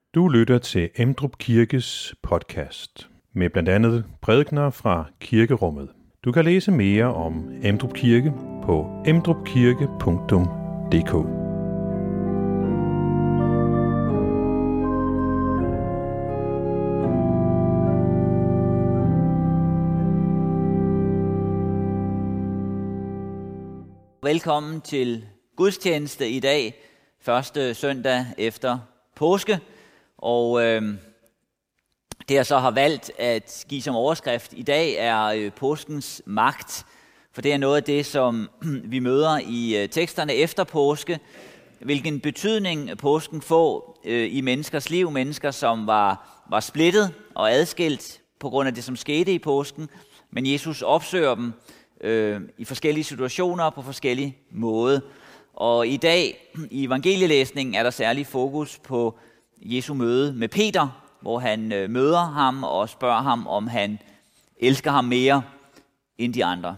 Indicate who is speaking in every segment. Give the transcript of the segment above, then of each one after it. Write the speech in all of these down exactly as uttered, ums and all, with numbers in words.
Speaker 1: Du lytter til Emdrup Kirkes podcast med blandt andet prædikener fra kirkerummet. Du kan læse mere om Emdrup Kirke på emdrup kirke punktum d k.
Speaker 2: Velkommen til gudstjeneste i dag, første søndag efter påske. Og øh, det jeg så har valgt at give som overskrift i dag er øh, påskens magt. For det er noget af det, som vi møder i øh, teksterne efter påske. Hvilken betydning påsken får øh, i menneskers liv. Mennesker, som var, var splittet og adskilt på grund af det, som skete i påsken. Men Jesus opsøger dem øh, i forskellige situationer og på forskellige måder. Og i dag i evangelielæsningen er der særlig fokus på Jesu møde med Peter, hvor han øh, møder ham og spørger ham, om han elsker ham mere end de andre.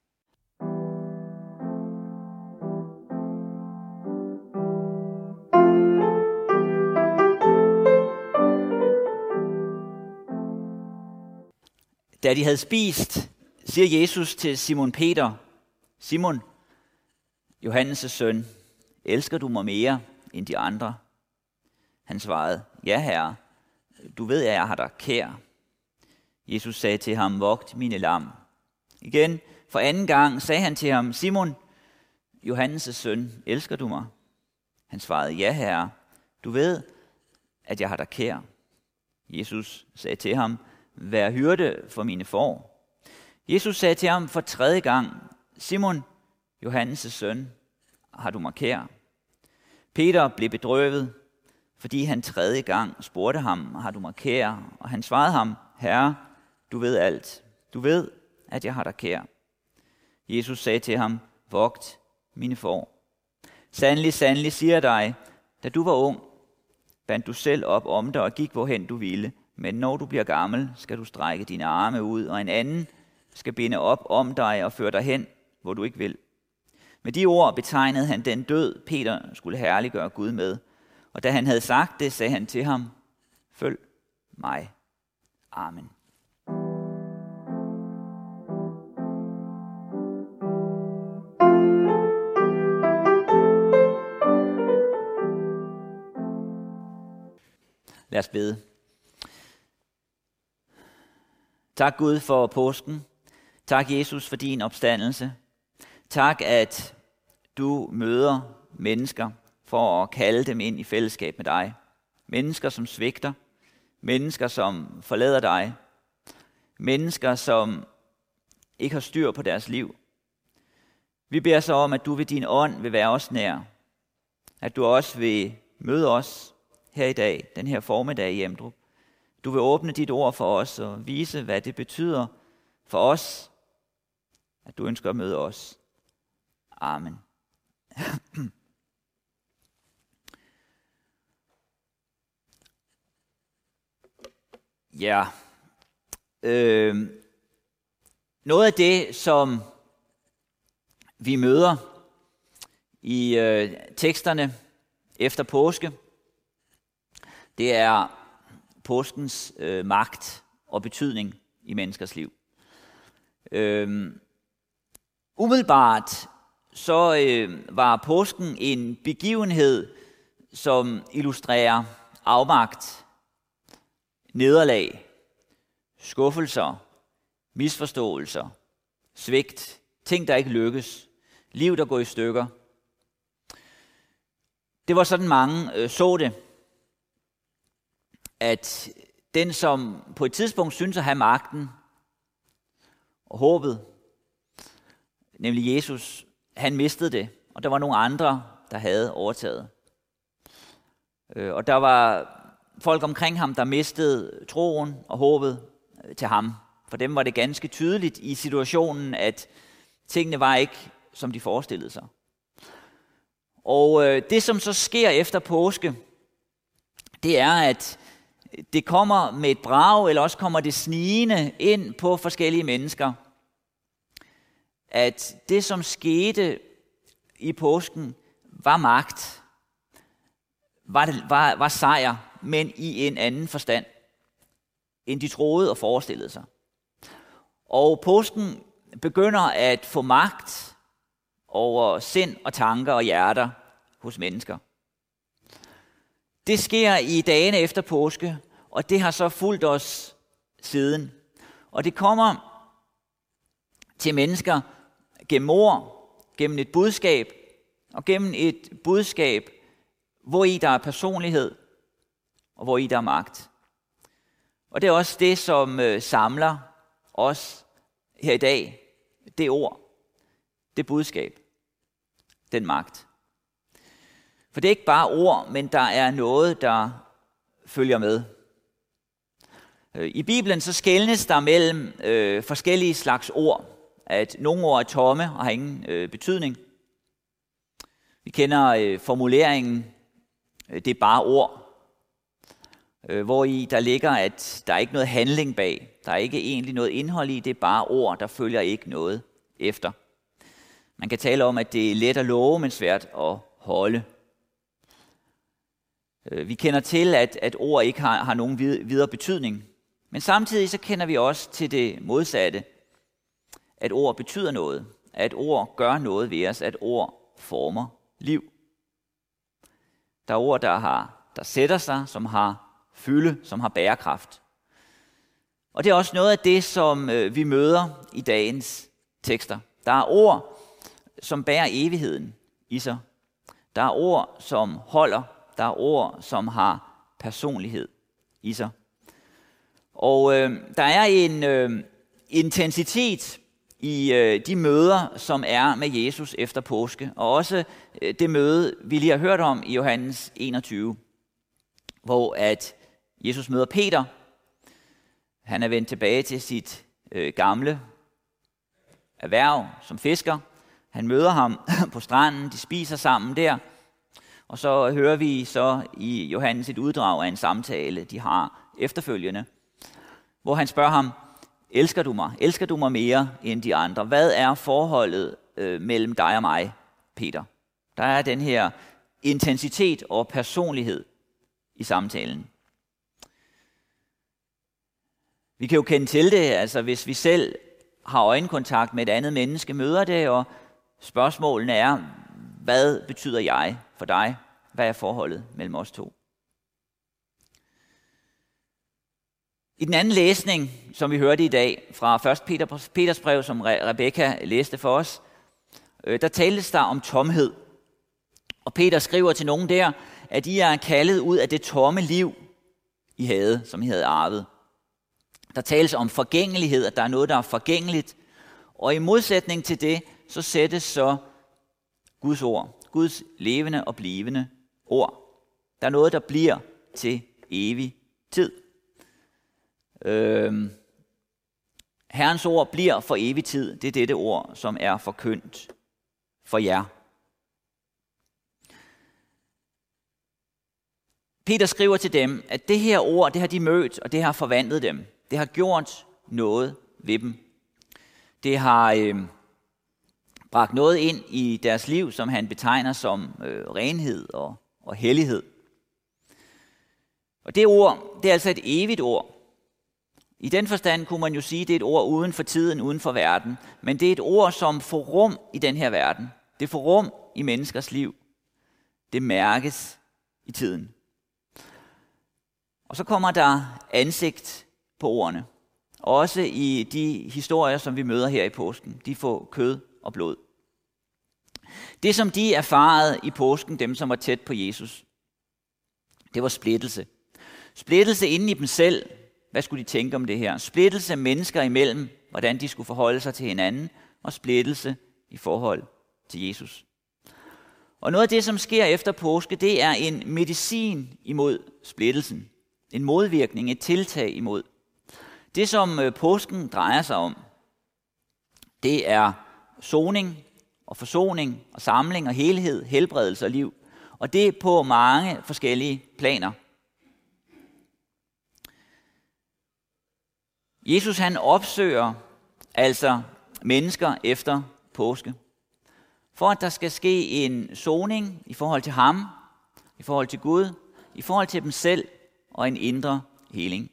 Speaker 2: Da de havde spist, siger Jesus til Simon Peter: Simon, Johannes' søn, elsker du mig mere end de andre? Han svarede: Ja, herre, du ved, at jeg har dig kær. Jesus sagde til ham: Vogt mine lam. Igen, for anden gang, sagde han til ham: Simon, Johannes' søn, elsker du mig? Han svarede: Ja, herre, du ved, at jeg har dig kær. Jesus sagde til ham: Vær hyrde for mine får. Jesus sagde til ham for tredje gang: Simon, Johannes' søn, har du mig kær? Peter blev bedrøvet, fordi han tredje gang spurgte ham: Har du mig kær? Og han svarede ham: Herre, du ved alt. Du ved, at jeg har dig kær. Jesus sagde til ham: Vogt mine får. Sandelig, sandelig siger jeg dig, da du var ung, bandt du selv op om dig og gik hvorhen du ville. Men når du bliver gammel, skal du strække dine arme ud, og en anden skal binde op om dig og føre dig hen, hvor du ikke vil. Med de ord betegnede han den død, Peter skulle herliggøre Gud med. Og da han havde sagt det, sagde han til ham: Følg mig. Amen. Lad os bede. Tak Gud for påsken. Tak Jesus for din opstandelse. Tak, at du møder mennesker for at kalde dem ind i fællesskab med dig. Mennesker, som svigter. Mennesker, som forlader dig. Mennesker, som ikke har styr på deres liv. Vi beder så om, at du ved din ånd vil være os nær. At du også vil møde os her i dag, den her formiddag i Emdrup. Du vil åbne dit ord for os og vise, hvad det betyder for os, at du ønsker at møde os. Amen. Ja. Øh, noget af det, som vi møder i øh, teksterne efter påske, det er påskens øh, magt og betydning i menneskers liv. Øh, umiddelbart så øh, var påsken en begivenhed, som illustrerer afmagt, nederlag, skuffelser, misforståelser, svigt, ting der ikke lykkes, liv der går i stykker. Det var sådan mange øh, så det, at den, som på et tidspunkt synes at have magten og håbet, nemlig Jesus, han mistede det, og der var nogle andre, der havde overtaget. Og der var folk omkring ham, der mistede troen og håbet til ham. For dem var det ganske tydeligt i situationen, at tingene var ikke, som de forestillede sig. Og det, som så sker efter påske, det er, at det kommer med et brag, eller også kommer det snigende ind på forskellige mennesker. At det, som skete i påsken, var magt, var, det, var, var sejr, men i en anden forstand, end de troede og forestillede sig. Og påsken begynder at få magt over sind og tanker og hjerter hos mennesker. Det sker i dagene efter påske, og det har så fulgt os siden. Og det kommer til mennesker gennem ord, gennem et budskab, og gennem et budskab, hvor i der er personlighed, og hvor i der er magt. Og det er også det, som øh, samler os her i dag. Det ord, det budskab, den magt. For det er ikke bare ord, men der er noget, der følger med. I Bibelen så skelnes der mellem øh, forskellige slags ord. At nogle ord er tomme og har ingen øh, betydning. Vi kender øh, formuleringen, øh, det er bare ord. Øh, hvor i der ligger, at der er ikke noget handling bag. Der er ikke egentlig noget indhold i, det er bare ord, der følger ikke noget efter. Man kan tale om, at det er let at love, men svært at holde. Vi kender til, at, at ord ikke har, har nogen videre betydning. Men samtidig så kender vi også til det modsatte. At ord betyder noget. At ord gør noget ved os. At ord former liv. Der er ord, der, har, der sætter sig, som har fylde, som har bærekraft. Og det er også noget af det, som øh, vi møder i dagens tekster. Der er ord, som bærer evigheden i sig. Der er ord, som holder. Der er ord, som har personlighed i sig. Og øh, der er en øh, intensitet i øh, de møder, som er med Jesus efter påske. Og også øh, det møde, vi lige har hørt om i Johannes enogtyve, hvor at Jesus møder Peter. Han er vendt tilbage til sit øh, gamle erhverv som fisker. Han møder ham på stranden, de spiser sammen der. Og så hører vi så i Johannes et uddrag af en samtale, de har efterfølgende, hvor han spørger ham, elsker du mig? Elsker du mig mere end de andre? Hvad er forholdet øh, mellem dig og mig, Peter? Der er den her intensitet og personlighed i samtalen. Vi kan jo kende til det, altså hvis vi selv har øjenkontakt med et andet menneske, møder det, og spørgsmålene er, hvad betyder jeg for dig? Hvad er forholdet mellem os to? I den anden læsning, som vi hørte i dag, fra første Peter, Peters brev, som Rebecca læste for os, der tales der om tomhed. Og Peter skriver til nogen der, at I er kaldet ud af det tomme liv, I havde, som I havde arvet. Der tales om forgængelighed, at der er noget, der er forgængeligt. Og i modsætning til det, så sættes så Guds ord. Guds levende og blivende ord. Der er noget, der bliver til evig tid. Øhm, Herrens ord bliver for evig tid. Det er dette ord, som er forkyndt for jer. Peter skriver til dem, at det her ord, det har de mødt, og det har forvandlet dem. Det har gjort noget ved dem. Det har øh, bragt noget ind i deres liv, som han betegner som øh, renhed og, og hellighed. Og det ord, det er altså et evigt ord. I den forstand kunne man jo sige, at det er et ord uden for tiden, uden for verden. Men det er et ord, som får rum i den her verden. Det får rum i menneskers liv. Det mærkes i tiden. Og så kommer der ansigt på ordene. Også i de historier, som vi møder her i påsken. De får kød og blod. Det, som de erfarede i påsken, dem som var tæt på Jesus, det var splittelse. Splittelse inden i dem selv. Hvad skulle de tænke om det her? Splittelse mennesker imellem, hvordan de skulle forholde sig til hinanden, og splittelse i forhold til Jesus. Og noget af det, som sker efter påske, det er en medicin imod splittelsen. En modvirkning, et tiltag imod. Det, som påsken drejer sig om, det er soning og forsoning og samling og helhed, helbredelse og liv. Og det er på mange forskellige planer. Jesus han opsøger altså mennesker efter påske, for at der skal ske en soning i forhold til ham, i forhold til Gud, i forhold til dem selv og en indre heling.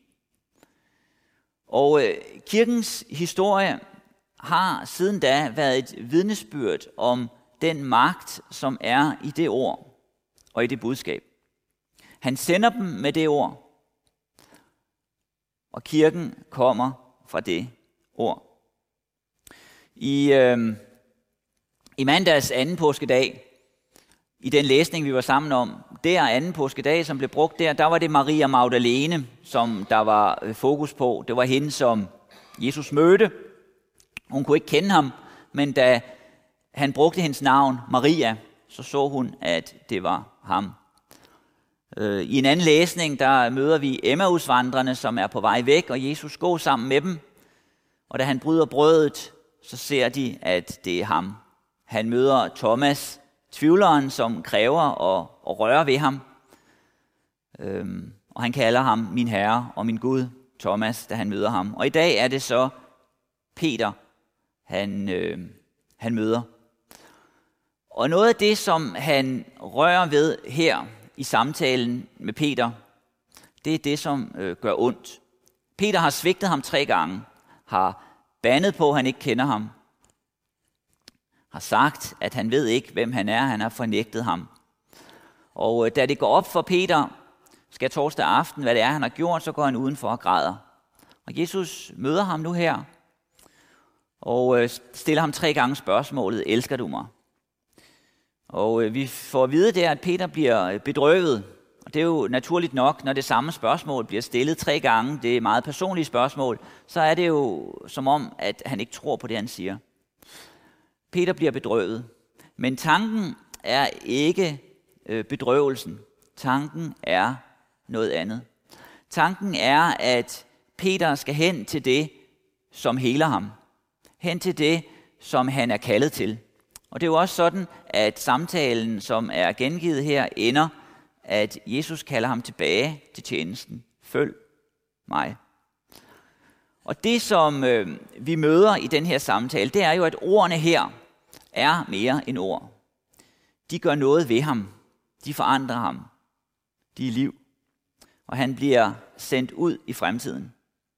Speaker 2: Og øh, kirkens historie har siden da været et vidnesbyrd om den magt, som er i det ord og i det budskab. Han sender dem med det ord, og kirken kommer fra det ord. I, øh, i mandags anden påskedag, i den læsning, vi var sammen om, der anden påskedag, som blev brugt der, der var det Maria Magdalene, som der var fokus på. Det var hende, som Jesus mødte. Hun kunne ikke kende ham, men da han brugte hendes navn, Maria, så så hun, at det var ham. I en anden læsning, der møder vi Emmausvandrerne, som er på vej væk, og Jesus går sammen med dem. Og da han bryder brødet, så ser de, at det er ham. Han møder Thomas, tvivleren, som kræver at, at røre ved ham. Øhm, og han kalder ham min herre og min Gud, Thomas, da han møder ham. Og i dag er det så Peter, han, øh, han møder. Og noget af det, som han rører ved her i samtalen med Peter, det er det, som øh, gør ondt. Peter har svigtet ham tre gange, har bandet på, at han ikke kender ham, har sagt, at han ved ikke, hvem han er, han har fornægtet ham. Og øh, da det går op for Peter, skal torsdag aften, hvad det er, han har gjort, så går han udenfor og græder. Og Jesus møder ham nu her, og øh, stiller ham tre gange spørgsmålet, elsker du mig? Og øh, vi får at vide der, at Peter bliver bedrøvet. Og det er jo naturligt nok, når det samme spørgsmål bliver stillet tre gange, det er meget personlige spørgsmål, så er det jo som om, at han ikke tror på det, han siger. Peter bliver bedrøvet, men tanken er ikke øh, bedrøvelsen. Tanken er noget andet. Tanken er, at Peter skal hen til det, som heler ham. Hen til det, som han er kaldet til. Og det er jo også sådan, at samtalen, som er gengivet her, ender, at Jesus kalder ham tilbage til tjenesten. Følg mig. Og det, som øh, vi møder i den her samtale, det er jo, at ordene her er mere end ord. De gør noget ved ham. De forandrer ham. De er liv. Og han bliver sendt ud i fremtiden.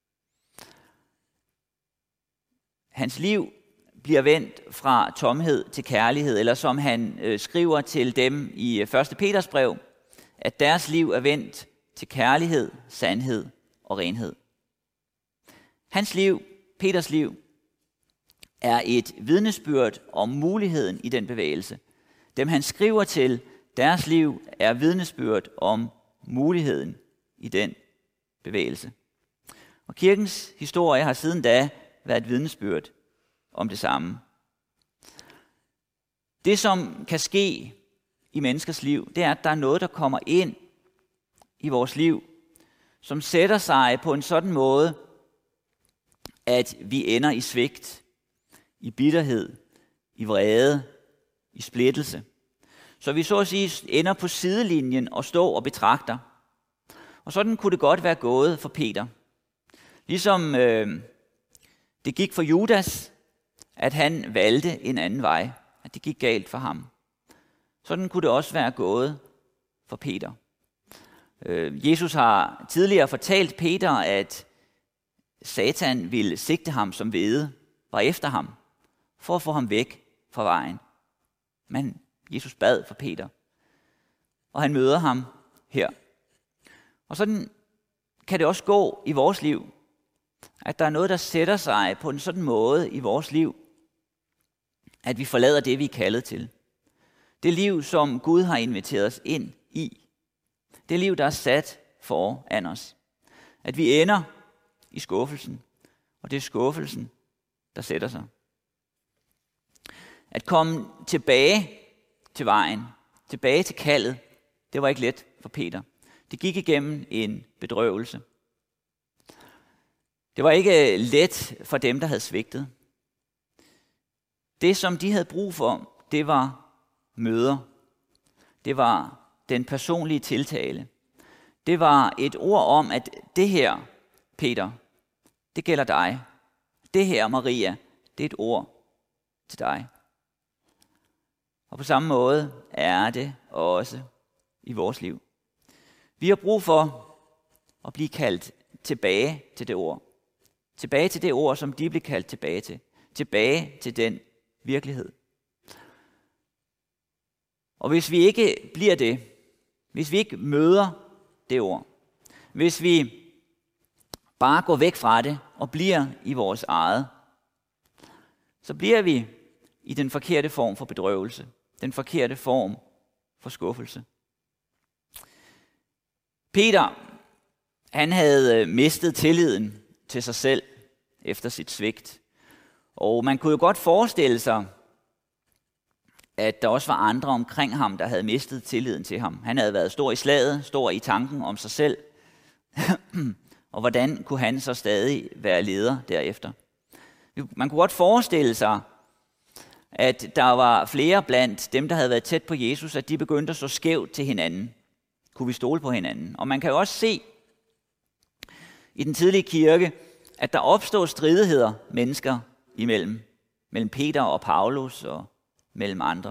Speaker 2: Hans liv bliver vendt fra tomhed til kærlighed, eller som han øh, skriver til dem i første Peters brev, at deres liv er vendt til kærlighed, sandhed og renhed. Hans liv, Peters liv, er et vidnesbyrd om muligheden i den bevægelse. Dem han skriver til, deres liv er vidnesbyrd om muligheden i den bevægelse. Og kirkens historie har siden da været et vidnesbyrd om det samme. Det, som kan ske i menneskers liv, det er, at der er noget, der kommer ind i vores liv, som sætter sig på en sådan måde, at vi ender i svigt, i bitterhed, i vrede, i splittelse. Så vi så at sige ender på sidelinjen og står og betragter. Og sådan kunne det godt være gået for Peter. Ligesom øh, det gik for Judas, at han valgte en anden vej. At det gik galt for ham. Sådan kunne det også være gået for Peter. Øh, Jesus har tidligere fortalt Peter, at Satan ville sigte ham som hvede, var efter ham, for at få ham væk fra vejen. Men Jesus bad for Peter, og han møder ham her. Og sådan kan det også gå i vores liv, at der er noget, der sætter sig på en sådan måde i vores liv, at vi forlader det, vi er kaldet til. Det liv, som Gud har inviteret os ind i. Det liv, der er sat foran os. At vi ender i skuffelsen, og det er skuffelsen, der sætter sig. At komme tilbage til vejen, tilbage til kaldet, det var ikke let for Peter. Det gik igennem en bedrøvelse. Det var ikke let for dem, der havde svigtet. Det, som de havde brug for, det var møder. Det var den personlige tiltale. Det var et ord om, at det her, Peter, det gælder dig. Det her, Maria, det er et ord til dig. Og på samme måde er det også i vores liv. Vi har brug for og blive kaldt tilbage til det ord. Tilbage til det ord, som de blev kaldt tilbage til. Tilbage til den virkelighed. Og hvis vi ikke bliver det, hvis vi ikke møder det ord, hvis vi bare går væk fra det og bliver i vores eget, så bliver vi i den forkerte form for bedrøvelse, den forkerte form for skuffelse. Peter, han havde mistet tilliden til sig selv efter sit svigt. Og man kunne jo godt forestille sig, at der også var andre omkring ham, der havde mistet tilliden til ham. Han havde været stor i slaget, stor i tanken om sig selv. Og hvordan kunne han så stadig være leder derefter? Man kunne godt forestille sig, at der var flere blandt dem, der havde været tæt på Jesus, at de begyndte at stå skævt til hinanden. Kunne vi stole på hinanden? Og man kan jo også se i den tidlige kirke, at der opstod stridigheder mennesker imellem. Mellem Peter og Paulus og mellem andre.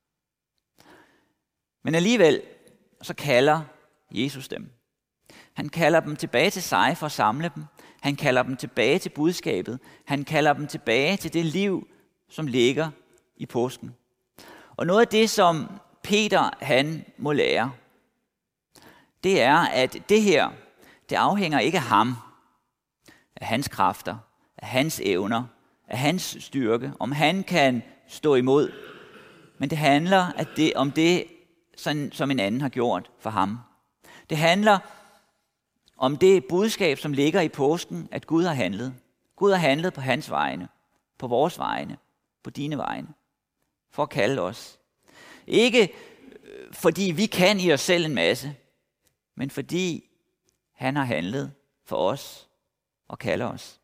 Speaker 2: Men alligevel så kalder Jesus dem. Han kalder dem tilbage til sig for at samle dem. Han kalder dem tilbage til budskabet. Han kalder dem tilbage til det liv, som ligger i påsken. Og noget af det, som Peter han må lære, det er, at det her, det afhænger ikke af ham, af hans kræfter, af hans evner, af hans styrke, om han kan stå imod. Men det handler at det, om det, sådan, som en anden har gjort for ham. Det handler om det budskab, som ligger i påsken, at Gud har handlet. Gud har handlet på hans vegne, på vores vegne, på dine vegne, for at kalde os. Ikke fordi vi kan i os selv en masse, men fordi han har handlet for os og kalder os.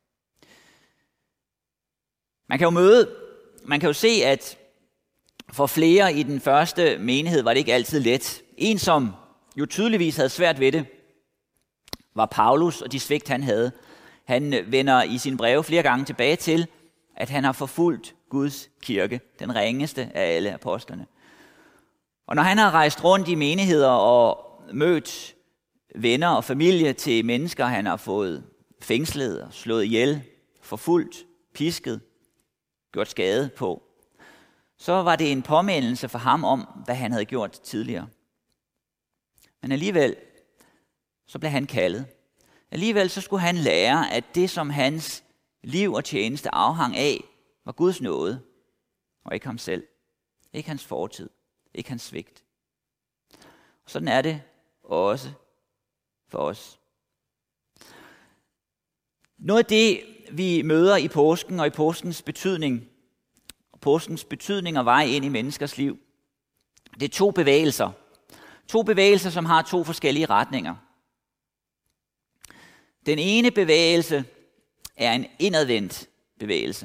Speaker 2: Man kan jo møde, man kan jo se, at for flere i den første menighed var det ikke altid let. En, som jo tydeligvis havde svært ved det, var Paulus og de svigt, han havde. Han vender i sine breve flere gange tilbage til, at han har forfulgt Guds kirke, den ringeste af alle apostlerne. Og når han har rejst rundt i menigheder og mødt venner og familie til mennesker, han har fået fængslet og slået ihjel, forfulgt, pisket, gjort skade på, så var det en påmindelse for ham om, hvad han havde gjort tidligere. Men alligevel, så blev han kaldet. Alligevel så skulle han lære, at det, som hans liv og tjeneste afhang af, var Guds nåde, og ikke ham selv. Ikke hans fortid, ikke hans svigt. Og sådan er det også for os. Noget af det, vi møder i påsken og i påskens betydning, og påskens betydning og vej ind i menneskers liv, det er to bevægelser. To bevægelser, som har to forskellige retninger. Den ene bevægelse er en indadvendt bevægelse.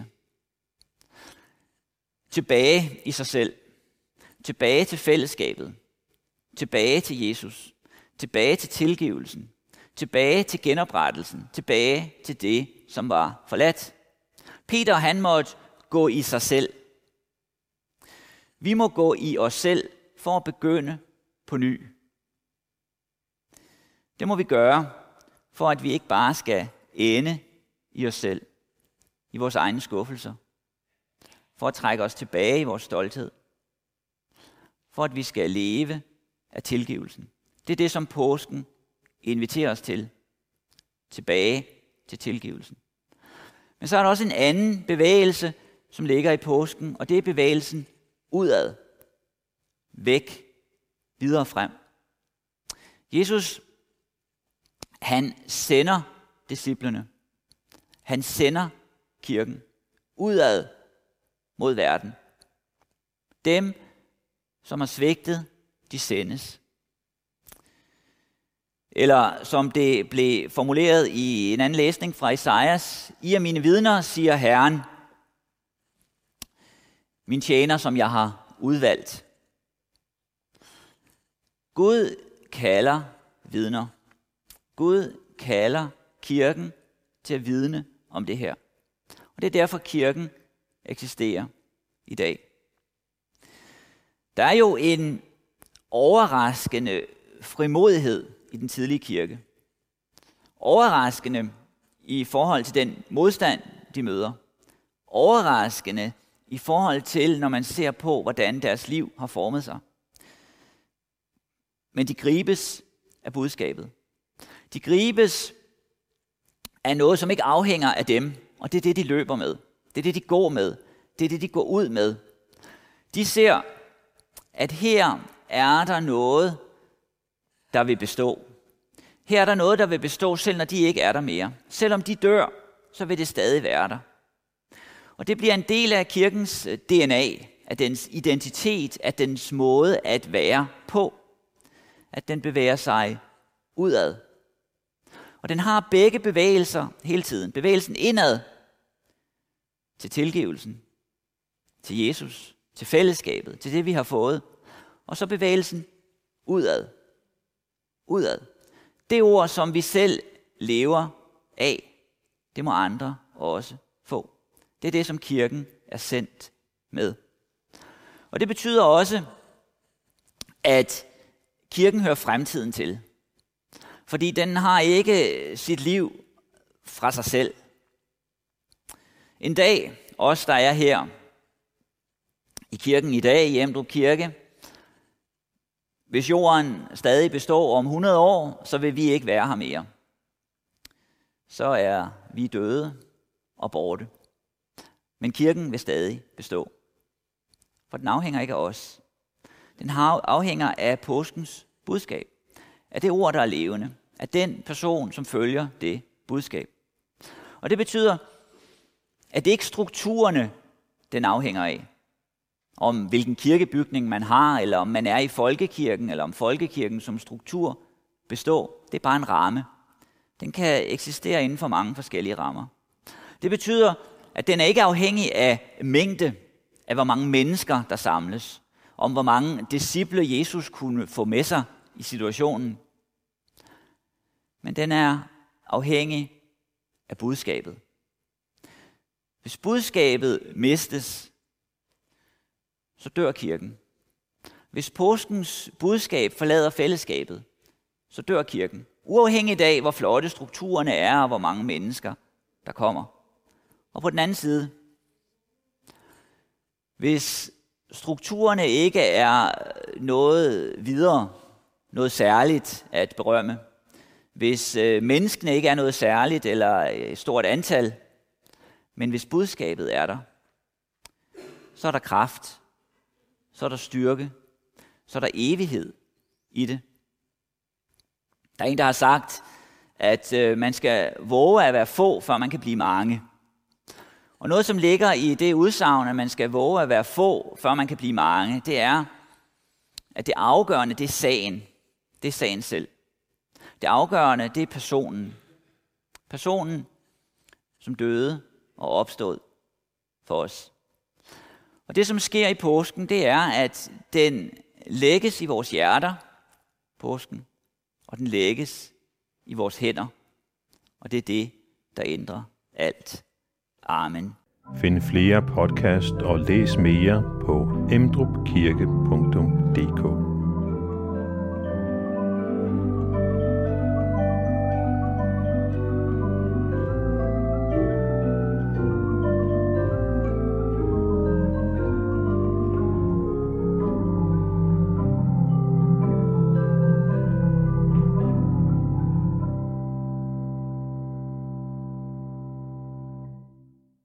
Speaker 2: Tilbage i sig selv. Tilbage til fællesskabet. Tilbage til Jesus. Tilbage til tilgivelsen. Tilbage til genoprettelsen. Tilbage til det, som var forladt. Peter, han måtte gå i sig selv. Vi må gå i os selv for at begynde på ny. Det må vi gøre, for at vi ikke bare skal ende i os selv, i vores egne skuffelser, for at trække os tilbage i vores stolthed, for at vi skal leve af tilgivelsen. Det er det, som påsken inviterer os til, tilbage til tilgivelsen. Men så er der også en anden bevægelse, som ligger i påsken, og det er bevægelsen udad, væk, videre frem. Jesus, han sender disciplene. Han sender kirken udad mod verden. Dem, som har svigtet, de sendes. Eller som det blev formuleret i en anden læsning fra Esajas: I er mine vidner, siger Herren, min tjener, som jeg har udvalgt. Gud kalder vidner. Gud kalder kirken til at vidne om det her. Og det er derfor, kirken eksisterer i dag. Der er jo en overraskende frimodighed i den tidlige kirke. Overraskende i forhold til den modstand, de møder. Overraskende i forhold til, når man ser på, hvordan deres liv har formet sig. Men de gribes af budskabet. De gribes af noget, som ikke afhænger af dem, og det er det, de løber med. Det er det, de går med. Det er det, de går ud med. De ser, at her er der noget, der vil bestå. Her er der noget, der vil bestå, selv når de ikke er der mere. Selvom de dør, så vil det stadig være der. Og det bliver en del af kirkens D N A, af dens identitet, af dens måde at være på. At den bevæger sig udad. Og den har begge bevægelser hele tiden. Bevægelsen indad til tilgivelsen, til Jesus, til fællesskabet, til det vi har fået. Og så bevægelsen udad. Udad. Det ord, som vi selv lever af, det må andre også få. Det er det, som kirken er sendt med. Og det betyder også, at kirken hører fremtiden til. Fordi den har ikke sit liv fra sig selv. En dag, os der er her i kirken i dag, i Emdrup Kirke, hvis jorden stadig består om hundrede år, så vil vi ikke være her mere. Så er vi døde og borte. Men kirken vil stadig bestå. For den afhænger ikke af os. Den afhænger af påskens budskab. Af det ord, der er levende. Af den person, som følger det budskab. Og det betyder, at det ikke er strukturerne, den afhænger af. Om hvilken kirkebygning man har, eller om man er i folkekirken, eller om folkekirken som struktur består. Det er bare en ramme. Den kan eksistere inden for mange forskellige rammer. Det betyder, at den er ikke afhængig af mængde, af hvor mange mennesker, der samles. Om hvor mange disciple Jesus kunne få med sig i situationen. Men den er afhængig af budskabet. Hvis budskabet mistes, så dør kirken. Hvis påskens budskab forlader fællesskabet, så dør kirken. Uafhængigt af, hvor flotte strukturerne er, og hvor mange mennesker, der kommer. Og på den anden side, hvis strukturerne ikke er noget videre, noget særligt at berømme, hvis øh, menneskene ikke er noget særligt eller et stort antal, men hvis budskabet er der, så er der kraft, så er der styrke, så er der evighed i det. Der er en, der har sagt, at øh, man skal våge at være få, før man kan blive mange. Og noget, som ligger i det udsagn, at man skal våge at være få, før man kan blive mange, det er, at det afgørende, det er sagen. Det er sagen selv. Det afgørende, det er personen. Personen, som døde og opstod for os. Og det, som sker i påsken, det er, at den lægges i vores hjerter, påsken, og den lægges i vores hænder. Og det er det, der ændrer alt. Amen.
Speaker 1: Find flere podcast og læs mere på emdrupkirke punktum d k.